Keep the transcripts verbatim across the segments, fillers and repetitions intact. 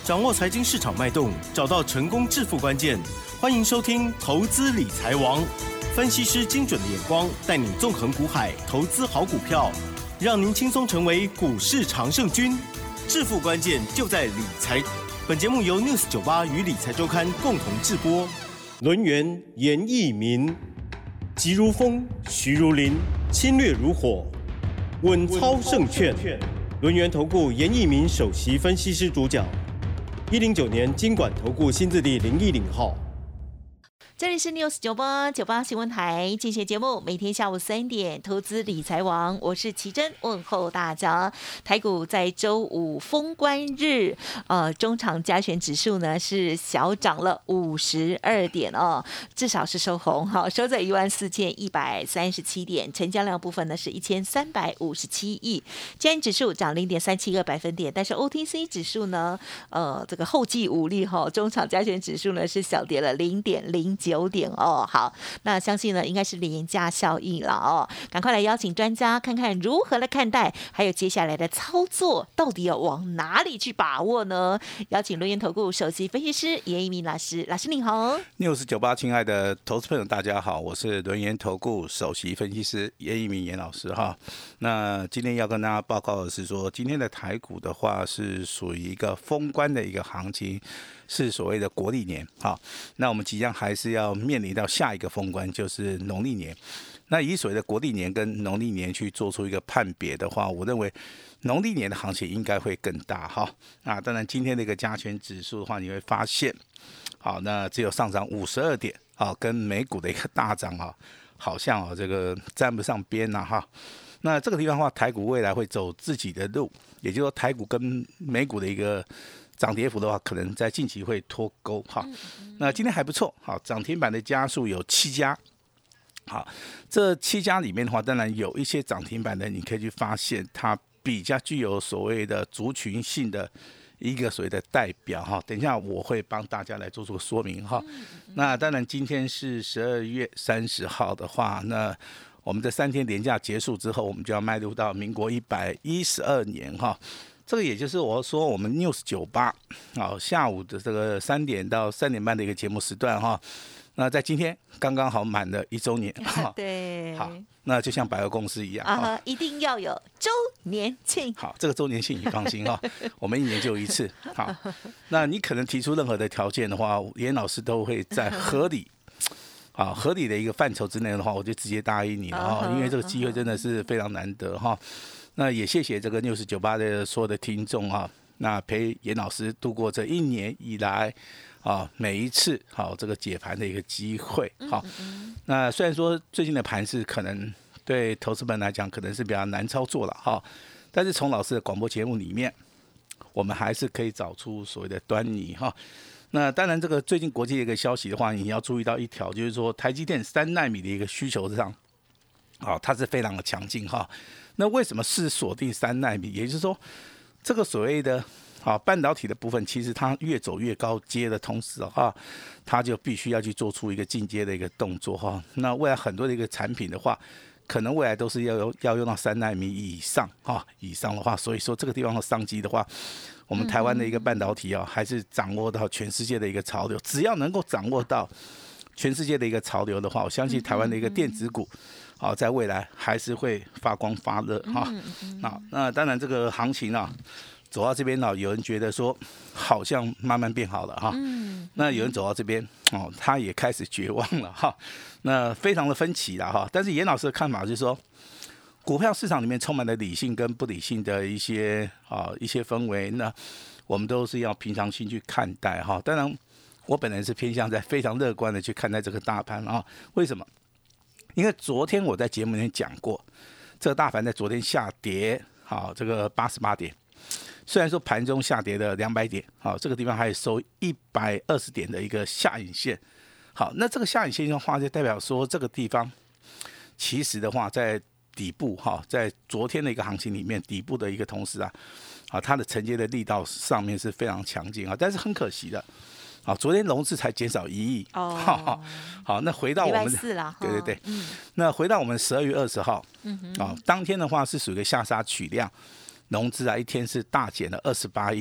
掌握财经市场脉动，找到成功致富关键。欢迎收听《投资理财王》，分析师精准的眼光，带你纵横股海，投资好股票，让您轻松成为股市常胜军。致富关键就在理财。本节目由 News 九八与理财周刊共同制播。轮源严义民，急如风，徐如林，侵略如火，稳操胜券。轮源投顾严义民首席分析师主讲。一零九年金管投顾新字第零一零号。 这里是 News 九八九八新闻台进行节目，每天下午三点，投资理财王，我是奇珍，问候大家。台股在周五封关日，呃，中场加权指数呢是小涨了五十二点哦，至少是收红，好，收在一万四千一百三十七点，成交量部分呢是一千三百五十七亿，加权指数涨零点三七个百分点，但是 O T C 指数呢，呃，这个后继无力哈、哦，中场加权指数呢是小跌了零点零九。九点哦，好，那相信呢应该是廉价效应了哦，赶快来邀请专家看看如何来看待，还有接下来的操作到底要往哪里去把握呢？邀请轮源投顾首席分析师严义民老师，老师您好。 News 九八，亲爱的投资朋友大家好，我是轮源投顾首席分析师严义民严老师哈。那今天要跟大家报告的是说，今天的台股的话是属于一个封关的一个行情。是所谓的国历年，好，那我们即将还是要面临到下一个封关，就是农历年。那以所谓的国历年跟农历年去做出一个判别的话，我认为农历年的行情应该会更大哈。那当然，今天的一个加权指数的话，你会发现，好，那只有上涨五十二点，好，跟美股的一个大涨啊，好像啊这个沾不上边呐哈。那这个地方的话，台股未来会走自己的路，也就是说，台股跟美股的一个涨跌幅的话，可能在近期会脱钩哈。那今天还不错，好，涨停板的家数有七家，好，这七家里面的话，当然有一些涨停板的，你可以去发现它比较具有所谓的族群性的一个所谓的代表哈。等一下我会帮大家来做出个说明哈。那当然今天是十二月三十号的话，那我们这三天连假结束之后，我们就要迈入到民国一百一十二年哈。这个也就是我说我们 News 九八啊下午的这个三点到三点半的一个节目时段哈。那在今天刚刚好满了一周年哈。 对， 好，那就像百货公司一样啊，一定要有周年庆。 好，这个周年庆你放心哈，我们一年就一次。好，那你可能提出任何的条件的话，严老师都会在合理。啊，合理的一个范畴之内的话，我就直接答应你了哈，因为这个机会真的是非常难得哈。那也谢谢这个 News 九八的所有的听众哈，那陪严老师度过这一年以来啊每一次好这个解盘的一个机会好。那虽然说最近的盘势可能对投资们来讲可能是比较难操作了哈，但是从老师的广播节目里面，我们还是可以找出所谓的端倪哈。那当然，这个最近国际的一个消息的话，你要注意到一条，就是说台积电三奈米的一个需求上，啊，它是非常的强劲哈。那为什么是锁定三奈米？也就是说，这个所谓的啊半导体的部分，其实它越走越高阶的同时哈，它就必须要去做出一个进阶的一个动作哈。那未来很多的一个产品的话，可能未来都是要用要用到三奈米以上哈，以上的话，所以说这个地方的商机的话。我们台湾的一个半导体啊，还是掌握到全世界的一个潮流。只要能够掌握到全世界的一个潮流的话，我相信台湾的一个电子股，啊，在未来还是会发光发热哈。那那当然这个行情啊，走到这边呢，有人觉得说好像慢慢变好了哈。那有人走到这边哦，他也开始绝望了哈。那非常的分歧了哈。但是严老师的看法就是说。股票市场里面充满了理性跟不理性的一些啊一些氛围，那我们都是要平常心去看待哈。当然，我本人是偏向在非常乐观的去看待这个大盘啊。为什么？因为昨天我在节目里面讲过，这个大盘在昨天下跌，好，这个八十八点，虽然说盘中下跌了两百点，好，这个地方还有收一百二十点的一个下影线。好，那这个下影线的话，就代表说这个地方其实的话在。底部哈，在昨天的一个行情里面，底部的一个同时啊，啊，它的承接的力道上面是非常强劲啊，但是很可惜的，啊，昨天融资才减少一亿哦，好，好，那回到我们四啦， 对对对，嗯、那回到我们十二月二十号，嗯哼，啊，当天的话是属于一个下杀取量，融资啊一天是大减了二十八亿，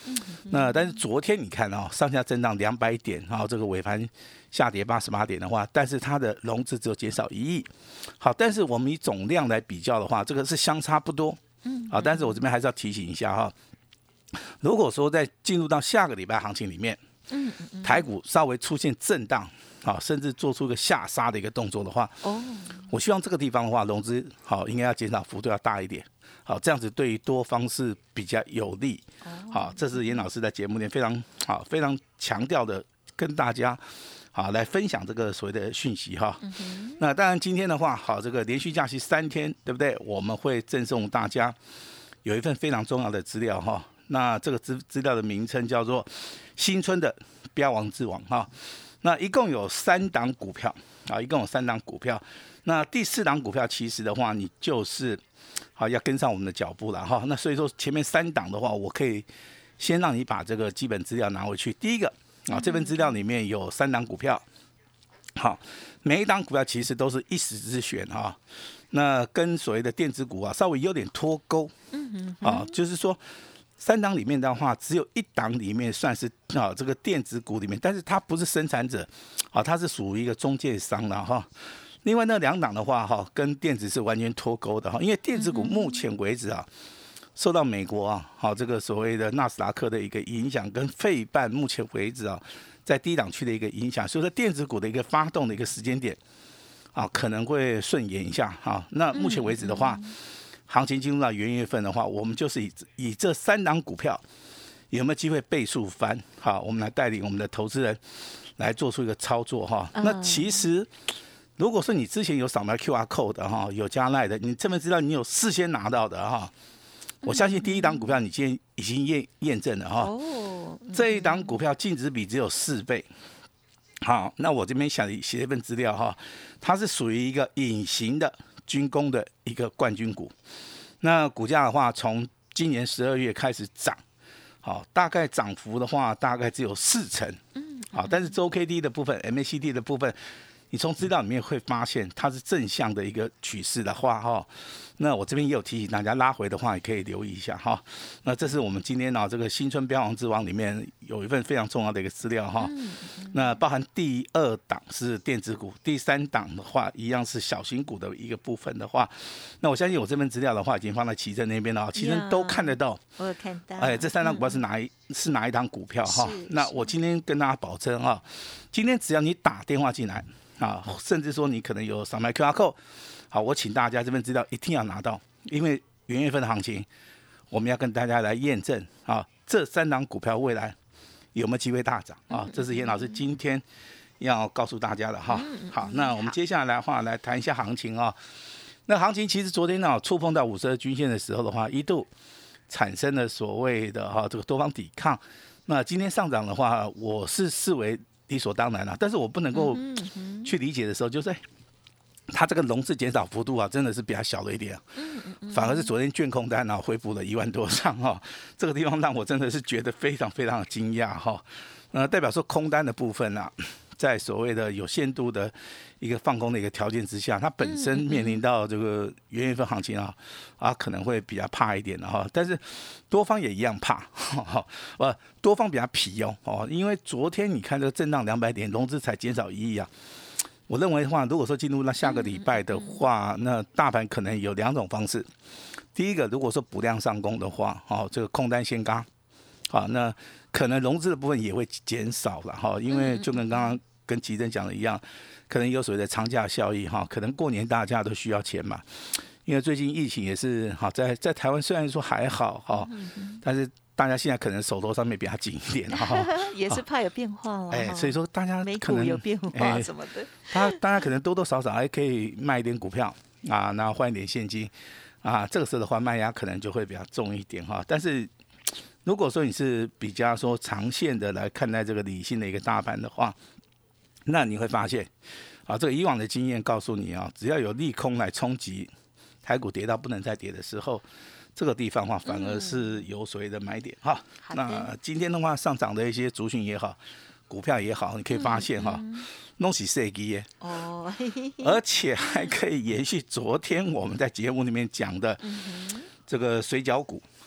那但是昨天你看哦，上下震荡两百点，然后这个尾盘下跌八十八点的话，但是它的融资只有减少一亿。好，但是我们以总量来比较的话，这个是相差不多。好，但是我这边还是要提醒一下哈，如果说在进入到下个礼拜行情里面，台股稍微出现震荡，好，甚至做出一个下杀的一个动作的话，哦，我希望这个地方的话，融资好应该要减少幅度要大一点。好，这样子对于多方是比较有利。好，这是严老师在节目里面非常好、非常强调的，跟大家好来分享这个所谓的讯息哈。嗯、那当然今天的话，好，这个连续假期三天，对不对？我们会赠送大家有一份非常重要的资料哈。那这个资资料的名称叫做新春的标王之王哈。那一共有三档股票啊，一共有三档股票。那第四档股票其实的话，你就是好要跟上我们的脚步了哈。那所以说前面三档的话，我可以先让你把这个基本资料拿回去。第一个啊，这份资料里面有三档股票，好，每一档股票其实都是一时之选哈。那跟所谓的电子股啊稍微有点脱钩，啊，就是说三档里面的话，只有一档里面算是啊这个电子股里面，但是它不是生产者，啊，它是属于一个中介商了哈。另外那两档的话，哈，跟电子是完全脱钩的哈，因为电子股目前为止啊，受到美国啊，好这个所谓的纳斯达克的一个影响，跟费半目前为止啊，在低档区的一个影响，所以说电子股的一个发动的一个时间点啊，可能会顺延一下哈。那目前为止的话，行情进入到元月份的话，我们就是以以这三档股票有没有机会倍数翻？好，我们来带领我们的投资人来做出一个操作哈。那其实。如果说你之前有扫描 Q R code 的哈，有加赖的，你这份资料你有事先拿到的哈，我相信第一档股票你今天已经验验证了哈。哦，这一档股票净值比只有四倍。好，那我这边想写一份资料哈，它是属于一个隐形的军工的一个冠军股。那股价的话，从今年十二月开始涨，好，大概涨幅的话大概只有四成。好，但是周 K D 的部分 ，M A C D 的部分。你从资料里面会发现它是正向的一个趋势的话哈，那我这边也有提醒大家拉回的话也可以留意一下哈。那这是我们今天啊这个新春标王之王里面有一份非常重要的一个资料哈。那包含第二档是电子股，第三档的话一样是小型股的一个部分的话，那我相信我这份资料的话已经放在奇珍那边了，奇珍都看得到。 我有看到。 哎，这三档股票是哪一、嗯、是哪一档股票哈？那我今天跟大家保证哈，今天只要你打电话进来。啊，甚至说你可能有扫描 Q R code， 好，我请大家这份资料一定要拿到，因为元月份的行情，我们要跟大家来验证啊，这三档股票未来有没有机会大涨啊？这是严老师今天要告诉大家的哈。好，那我们接下来的话来谈一下行情啊。那行情其实昨天呢触碰到五十日均线的时候的话，一度产生了所谓的哈这个多方抵抗。那今天上涨的话，我是视为理所当然了，但是我不能够去理解的时候，就是它这个融资减少幅度啊，真的是比较小了一点，反而是昨天券空单啊恢复了一万多张哈，这个地方让我真的是觉得非常非常的惊讶哈，呃，代表说空单的部分啊，在所谓的有限度的一个放空的一个条件之下，它本身面临到这个元月份行情啊，啊可能会比较怕一点的哈，但是多方也一样怕，哈，呃，多方比较皮哦，哦，因为昨天你看这个震荡两百点，融资才减少一亿啊。我认为的话，如果说进入到下个礼拜的话，那大盘可能有两种方式。第一个，如果说补量上攻的话，哦，这个空单先軋，好，那可能融资的部分也会减少了哈，因为就跟刚刚跟吉珍讲的一样，可能有所谓的长假效益哈，可能过年大家都需要钱嘛。因为最近疫情也是好，在在台湾虽然说还好哈，但是大家现在可能手头上面比较紧一点哈， 也是怕有变化了。 哎，所以说大家可能有变化什么的， 他大家可能多多少少还可以卖一点股票啊，然后换一点现金啊，这个时候的话卖压可能就会比较重一点哈。但是如果说你是比较说长线的来看待这个理性的一个大盘的话，那你会发现啊，这个以往的经验告诉你啊，只要有利空来冲击台股跌到不能再跌的时候，这个地方的话反而是有所谓的买点哈、嗯。那今天的话上涨的一些族群也好，股票也好，你可以发现哈，弄起设计耶哦，而且还可以延续昨天我们在节目里面讲的这个水饺股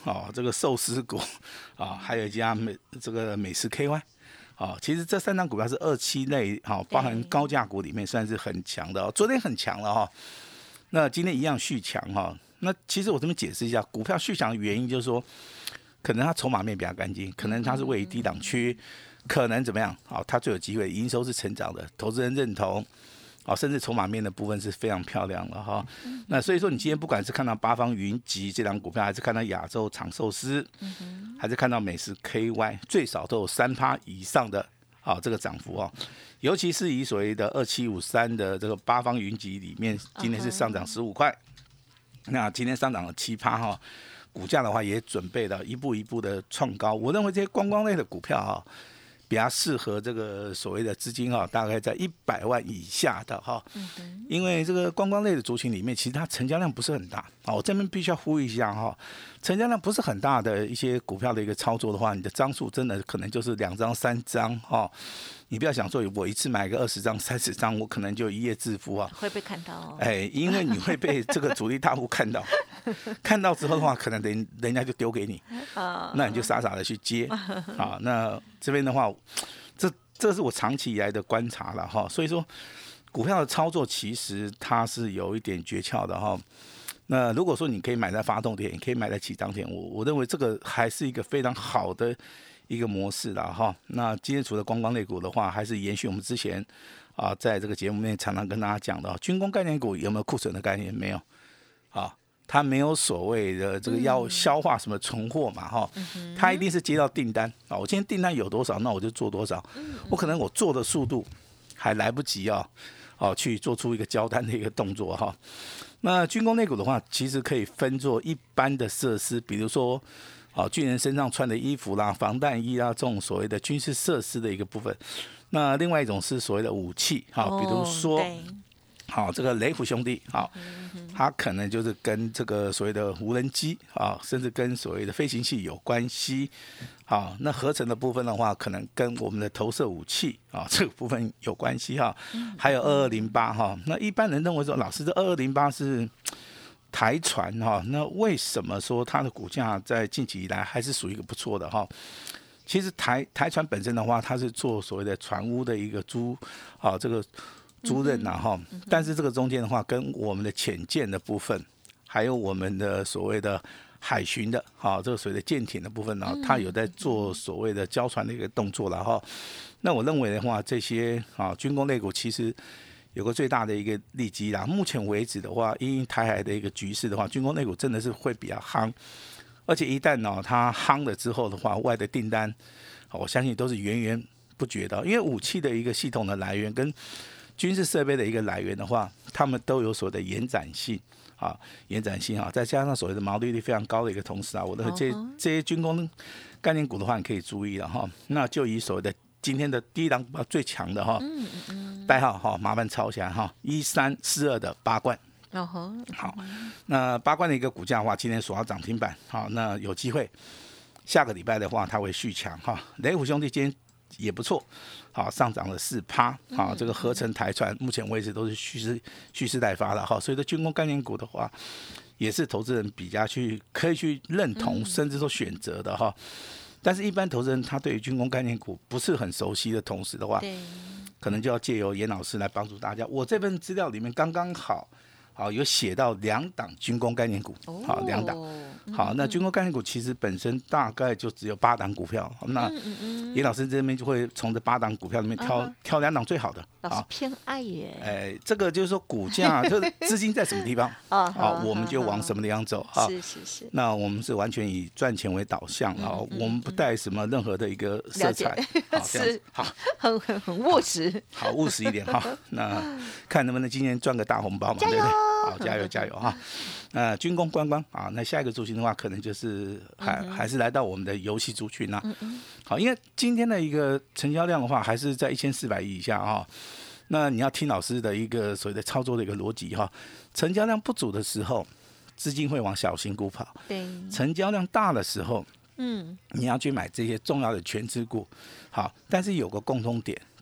哦，这个寿司股啊，还有一家美这个美食 K Y。哦，其实这三张股票是二期类，好、哦，包含高价股里面算是很强的哦。昨天很强了哈、哦，那今天一样续强哈、哦。那其实我这边解释一下，股票续强的原因就是说，可能它筹码面比较干净，可能它是位于低档区，可能怎么样？好、哦，它最有机会，营收是成长的，投资人认同。哦，甚至筹码面的部分是非常漂亮的哈、哦。那所以说，你今天不管是看到八方云集这张股票，还是看到亚洲长寿司，还是看到美食 K Y， 最少都有三趴以上的啊、哦、这个涨幅哦。尤其是以所谓的二七五三的这个八方云集里面，今天是上涨十五块，那今天上涨了七趴哈。股价的话也准备了一步一步的创高。我认为这些观光类的股票哈、哦。比较适合这个所谓的资金哈，大概在一百万以下的哈，因为这个观光类的族群里面，其实它成交量不是很大啊。我这边必须要呼吁一下哈，成交量不是很大的一些股票的一个操作的话，你的张数真的可能就是两张三张哈。你不要想说我一次买个二十张、三十张，我可能就一夜致富啊。 会被看到哦。 哎，因为你会被这个主力大户看到，看到之后的话，可能人人家就丢给你，那你就傻傻的去接啊。那这边的话，这这是我长期以来的观察了哈。所以说，股票的操作其实它是有一点诀窍的哈。那如果说你可以买在发动点，可以买在起涨点，我我认为这个还是一个非常好的一个模式啦哈。那今天除了观光类股的话，还是延续我们之前啊在这个节目里面常常跟大家讲的，军工概念股有没有库存的概念？没有啊，它没有所谓的这个要消化什么存货嘛哈，它一定是接到订单啊，我今天订单有多少，那我就做多少，我可能我做的速度还来不及啊，哦去做出一个交单的一个动作哈。那军工类股的话，其实可以分作一般的设施，比如说，啊，军人身上穿的衣服啦、防弹衣啦，这种所谓的军事设施的一个部分。那另外一种是所谓的武器，哈、哦，比如说，好、哦，这个雷虎兄弟，好、哦，它可能就是跟这个所谓的无人机啊、哦，甚至跟所谓的飞行器有关系。好，那合成的部分的话，可能跟我们的投射武器啊这个部分有关系哈。还有二二零八哈，那一般人认为说，老师这二二零八是台船哈，那为什么说它的股价在近期以来还是属于一个不错的哈？其实台台船本身的话，它是做所谓的船坞的一个租啊这个租赁呐哈，但是这个中间的话，跟我们的潜舰的部分，还有我们的所谓的海巡的，哈、哦，这个所谓的舰艇的部分呢，它有在做所谓的交船的一个动作了哈、哦。那我认为的话，这些啊军工类股其实有个最大的一个利基啦。目前为止的话，因台海的一个局势的话，军工类股真的是会比较夯，而且一旦呢、哦、它夯了之后的话，外的订单，我相信都是源源不绝的。因为武器的一个系统的来源跟军事设备的一个来源的话，他们都有所谓的延展性。啊，延展性啊，再加上所谓的毛利率非常高的一个同时啊，我认为这这些军工概念股的话，你可以注意了哈。那就以所谓的今天的第一档最强的哈，代号哈，麻烦抄起来哈，一三四二的八冠。好，那八冠的一个股价的话，今天锁到涨停板，好，那有机会下个礼拜的话，它会续强哈。雷虎兄弟今天也不错，好，上涨了四趴，好，这个合成台船目前为止都是蓄势蓄势待发了哈，所以说军工概念股的话，也是投资人比较去可以去认同，甚至说选择的哈。但是，一般投资人他对于军工概念股不是很熟悉的同时的话，可能就要借由严老师来帮助大家。我这份资料里面刚刚好。好，有写到两档军工概念股，好，两档，好，那军工概念股其实本身大概就只有八档股票，那严老师这边就会从这八档股票里面挑、uh-huh. 挑两档最好的， 老师偏爱耶， 哎，这个就是说股价，就是资金在什么地方，好，我们就往什么地方走， 是是是， 那我们是完全以赚钱为导向，啊、嗯，我们不带什么任何的一个色彩，好，这样子，好， 很很很务实， 好务实一点哈，那看能不能今年赚个大红包嘛，对不对？好，加油加油哈！呃，军工观光啊，那下一个族群的话，可能就是还、嗯、还是来到我们的游戏族群啦、啊。好，因为今天的一个成交量的话，还是在一千四百亿以下啊。那你要听老师的一个所谓的操作的一个逻辑哈，成交量不足的时候，资金会往小型股跑；对，成交量大的时候，嗯，你要去买这些重要的全资股。好，但是有个共通点，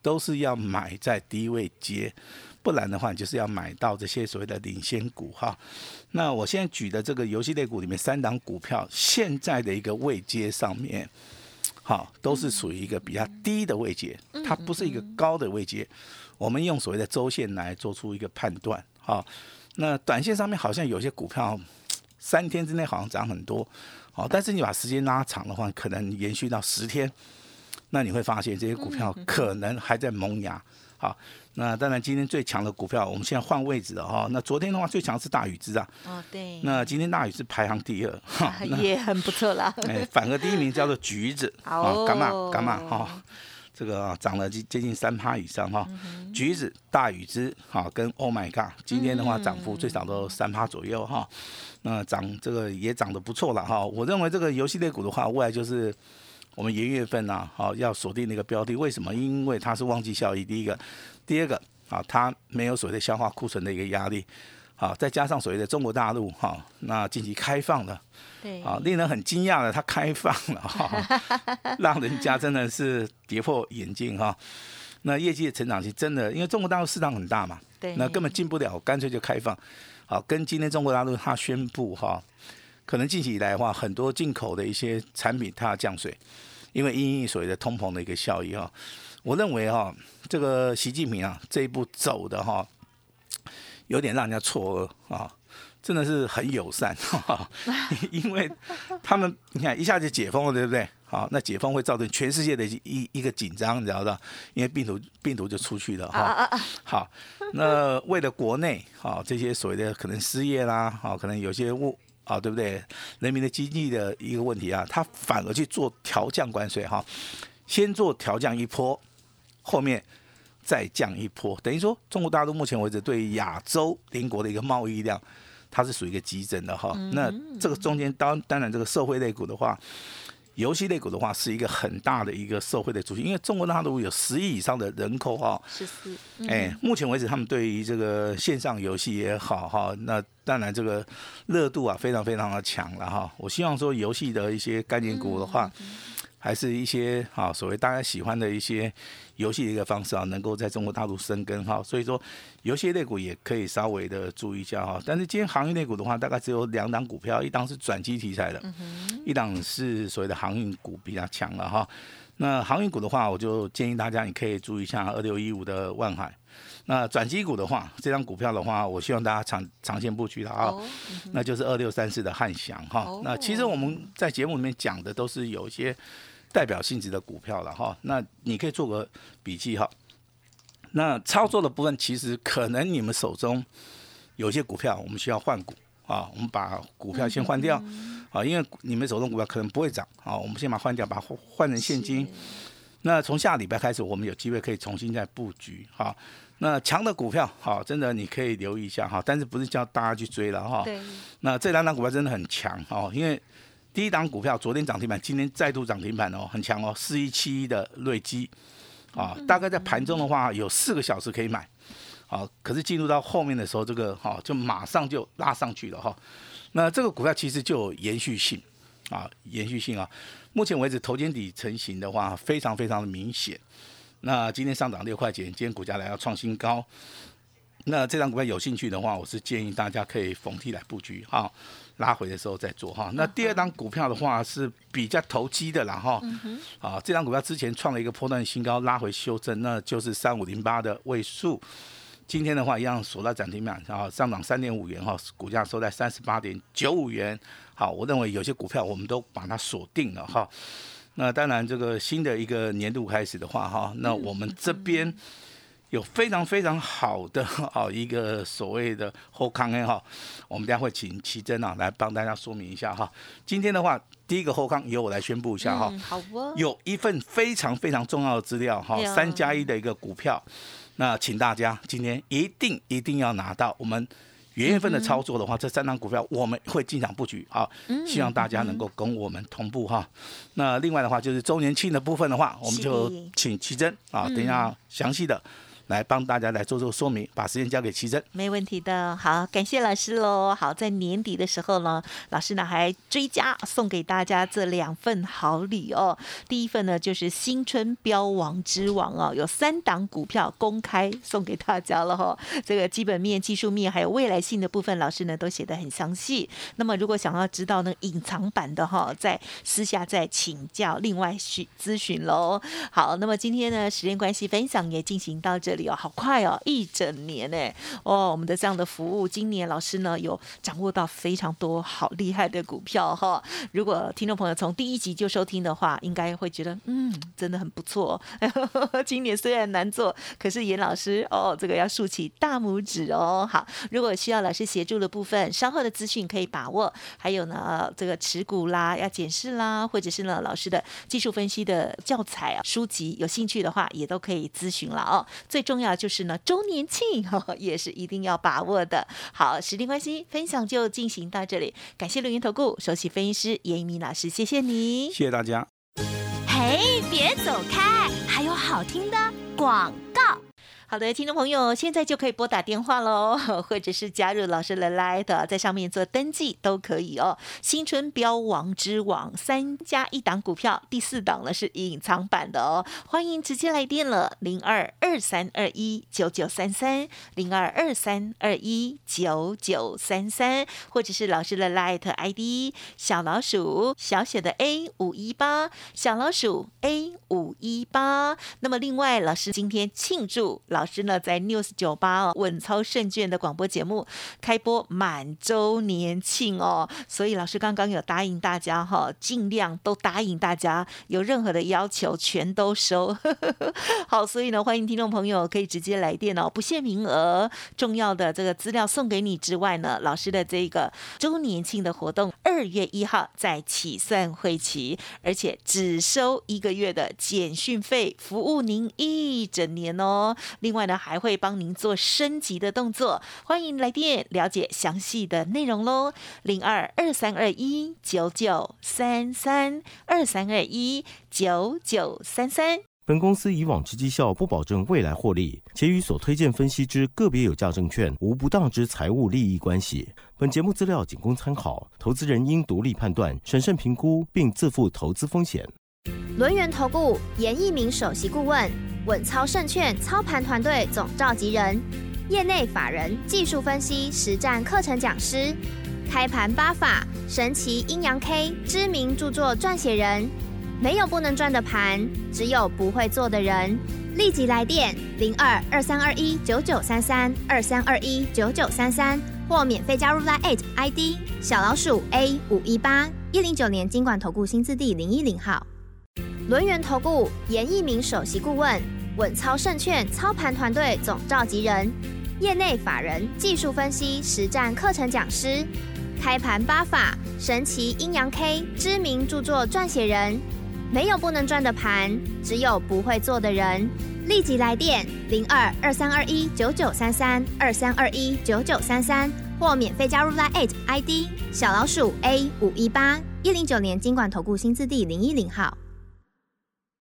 都是要买在低位接，不然的话，你就是要买到这些所谓的领先股哈。那我现在举的这个游戏类股里面三档股票，现在的一个位阶上面，好，都是属于一个比较低的位阶，它不是一个高的位阶。我们用所谓的周线来做出一个判断，好，那短线上面好像有些股票三天之内好像涨很多，好，但是你把时间拉长的话，可能延续到十天，那你会发现这些股票可能还在萌芽，好。那当然，今天最强的股票，我们现在换位置了哈。那昨天的话，最强是大宇资啊。哦，对。那今天大宇资排行第二，哈， 也很不错啦。 哎，反而第一名叫做橘子，啊，干嘛干嘛哈，这个涨了接近三趴以上哈。嗯、橘子、大宇资，哈，跟 Oh My God， 今天的话涨幅最少都三趴左右哈。那涨这个也涨得不错了哈。我认为这个游戏类股的话，未来就是我们元月份啊，好要锁定那个标的。为什么？因为它是旺季效益，第一个。第二个啊，它没有所谓的消化库存的一个压力，好，再加上所谓的中国大陆哈，那近期开放了，对，啊，令人很惊讶的，它开放了哈，让人家真的是跌破眼镜哈。那业绩的成长期真的，因为中国大陆市场很大嘛，对，那根本进不了，干脆就开放。好，跟今天中国大陆它宣布哈，可能近期以来的话，很多进口的一些产品它要降税，因为因应所谓的通膨的一个效益哈。我认为哈，这个习近平啊这一步走的哈，有点让人家错愕啊，真的是很友善哈，因为他们你看一下就解封了，对不对？好，那解封会造成全世界的一一个紧张，你知道的，因为病毒病毒就出去了哈。好，那为了国内啊这些所谓的可能失业啦，啊可能有些物啊对不对？人民的经济的一个问题啊，他反而去做调降关税哈，先做调降一波。后面再降一波，等于说中国大陆目前为止对亚洲邻国的一个贸易量，它是属于一个急增的哈。嗯、那这个中间当当然这个社会类股的话，游戏类股的话是一个很大的一个社会的族群，因为中国大陆有十亿以上的人口哈。十四。哎，目前为止他们对于这个线上游戏也好哈，那当然这个热度啊非常非常的强了哈。我希望说游戏的一些概念股的话。嗯嗯还是一些啊所谓大家喜欢的一些游戏的一个方式啊，能够在中国大陆生根哈，所以说游戏类股也可以稍微的注意一下哈。但是今天航运类股的话，大概只有两档股票，一档是转机题材的，一档是所谓的航运股比较强了哈。那航运股的话，我就建议大家你可以注意一下二六一五的万海。那转机股的话，这张股票的话，我希望大家长长线布局了啊，哦嗯、那就是二六三四的汉翔哈。哦、那其实我们在节目里面讲的都是有一些代表性质的股票了哈，那你可以做个笔记哈。那操作的部分，其实可能你们手中有些股票，我们需要换股啊，我们把股票先换掉啊，因为你们手中股票可能不会涨啊，我们先把它换掉，把它换成现金。那从下礼拜开始，我们有机会可以重新再布局哈。那强的股票，好，真的你可以留意一下哈，但是不是叫大家去追了哈。对。那这两档股票真的很强哦，因为第一档股票昨天涨停板，今天再度涨停板哦，很强哦，四一七一的瑞基，啊，大概在盘中的话有四个小时可以买，啊，可是进入到后面的时候，这个哈就马上就拉上去了哈。那这个股票其实就有延续性，啊，延续性啊，目前为止头肩底成型的话，非常非常的明显。那今天上涨六块钱，今天股价来要创新高。那这张股票有兴趣的话，我是建议大家可以逢低来布局哈，拉回的时候再做哈。那第二张股票的话是比较投机的啦哈，啊，这张股票之前创了一个波段新高，拉回修正，那就是三五零八的位数。今天的话一样锁到涨停板，然后上涨三点五元哈，股价收在三十八点九五元。好，我认为有些股票我们都把它锁定了哈。那当然，这个新的一个年度开始的话哈，那我们这边有非常非常好的啊一个所谓的后康哎哈，我们等一下会请奇珍啊来帮大家说明一下哈。今天的话，第一个后康由我来宣布一下哈、嗯，好哦，有一份非常非常重要的资料哈，三加一的一个股票，那请大家今天一定一定要拿到我们。元月份的操作的话，这三档股票我们会进场布局啊，希望大家能够跟我们同步哈。那另外的话就是周年庆的部分的话，我们就请奇珍啊，等一下详细的来帮大家来做做说明，把时间交给奇珍。 没问题的，好，感谢老师喽。好，在年底的时候呢，老师呢还追加送给大家这两份好礼哦。第一份呢就是新春标王之王哦，有三档股票公开送给大家了哈、哦。这个基本面、技术面还有未来性的部分，老师呢都写得很详细。那么如果想要知道那个隐藏版的哈、哦，在私下再请教，另外去咨询喽。好，那么今天呢时间关系，分享也进行到这里哦，好快哦，一整年哎哦，我们的这样的服务，今年老师呢有掌握到非常多好厉害的股票哈。如果听众朋友从第一集就收听的话，应该会觉得嗯，真的很不错。今年虽然难做，可是严老师哦，这个要竖起大拇指哦。好，如果需要老师协助的部分，稍后的资讯可以把握。还有呢，这个持股啦，要检视啦，或者是呢老师的技术分析的教材啊书籍，有兴趣的话也都可以咨询了哦。最重要就是呢周年庆、哦、也是一定要把握的。好，时间关系，分享就进行到这里，感谢轮源投顾首席分析师严一鸣老师，谢谢你， 谢谢大家。 嘿，别走开，还有好听的广告。 好的，听众朋友，现在就可以拨打电话喽，或者是加入老师的 Line， 在上面做登记都可以哦。新春标王之王三加一档股票，第四档呢是隐藏版的哦，欢迎直接来电了，零二二三二一九九三三，零二二三二一九九三三，或者是老师的 Line I D 小老鼠小写的 A 五一八，小老鼠 A 五一八。那么另外，老师今天庆祝老师呢在 News 九十八哦稳操胜券的广播节目开播满周年庆哦，所以老师刚刚有答应大家哈、哦，尽量都答应大家，有任何的要求全都收。好，所以呢欢迎听众朋友可以直接来电哦，不限名额。重要的这个资料送给你之外呢，老师的这个周年庆的活动二月一号在起算会期，而且只收一个月的简讯费，服务您一整年哦。另外呢，还会帮您做升级的动作，欢迎来电了解详细的内容喽。零二二三二一九九三三二三二一九九三三。 本公司以往之绩效不保证未来获利，且与所推荐分析之个别有价证券无不当之财务利益关系。本节目资料仅供参考，投资人应独立判断、审慎评估，并自负投资风险。 轮源投顾严一鸣首席顾问，稳操胜券操盘团队总召集人，业内法人技术分析实战课程讲师，开盘八法神奇阴阳 K 知名著作撰写人。没有不能赚的盘，只有不会做的人。立即来电零二二三二一九九三三二三二一九九三三，或免费加入 Line I D 小老鼠 A 五一八，一零九年金管投顾新字第零一零号。轮源投顾严一鸣首席顾问，稳操胜券操盘团队总召集人，业内法人技术分析实战课程讲师，开盘八法神奇阴阳 K 知名著作撰写人。没有不能赚的盘，只有不会做的人。立即来电零二二三二一九九三三二三二一九九三三，或免费加入 Line I D 小老鼠 A 五一八，一零九年金管投顾新字第零一零号。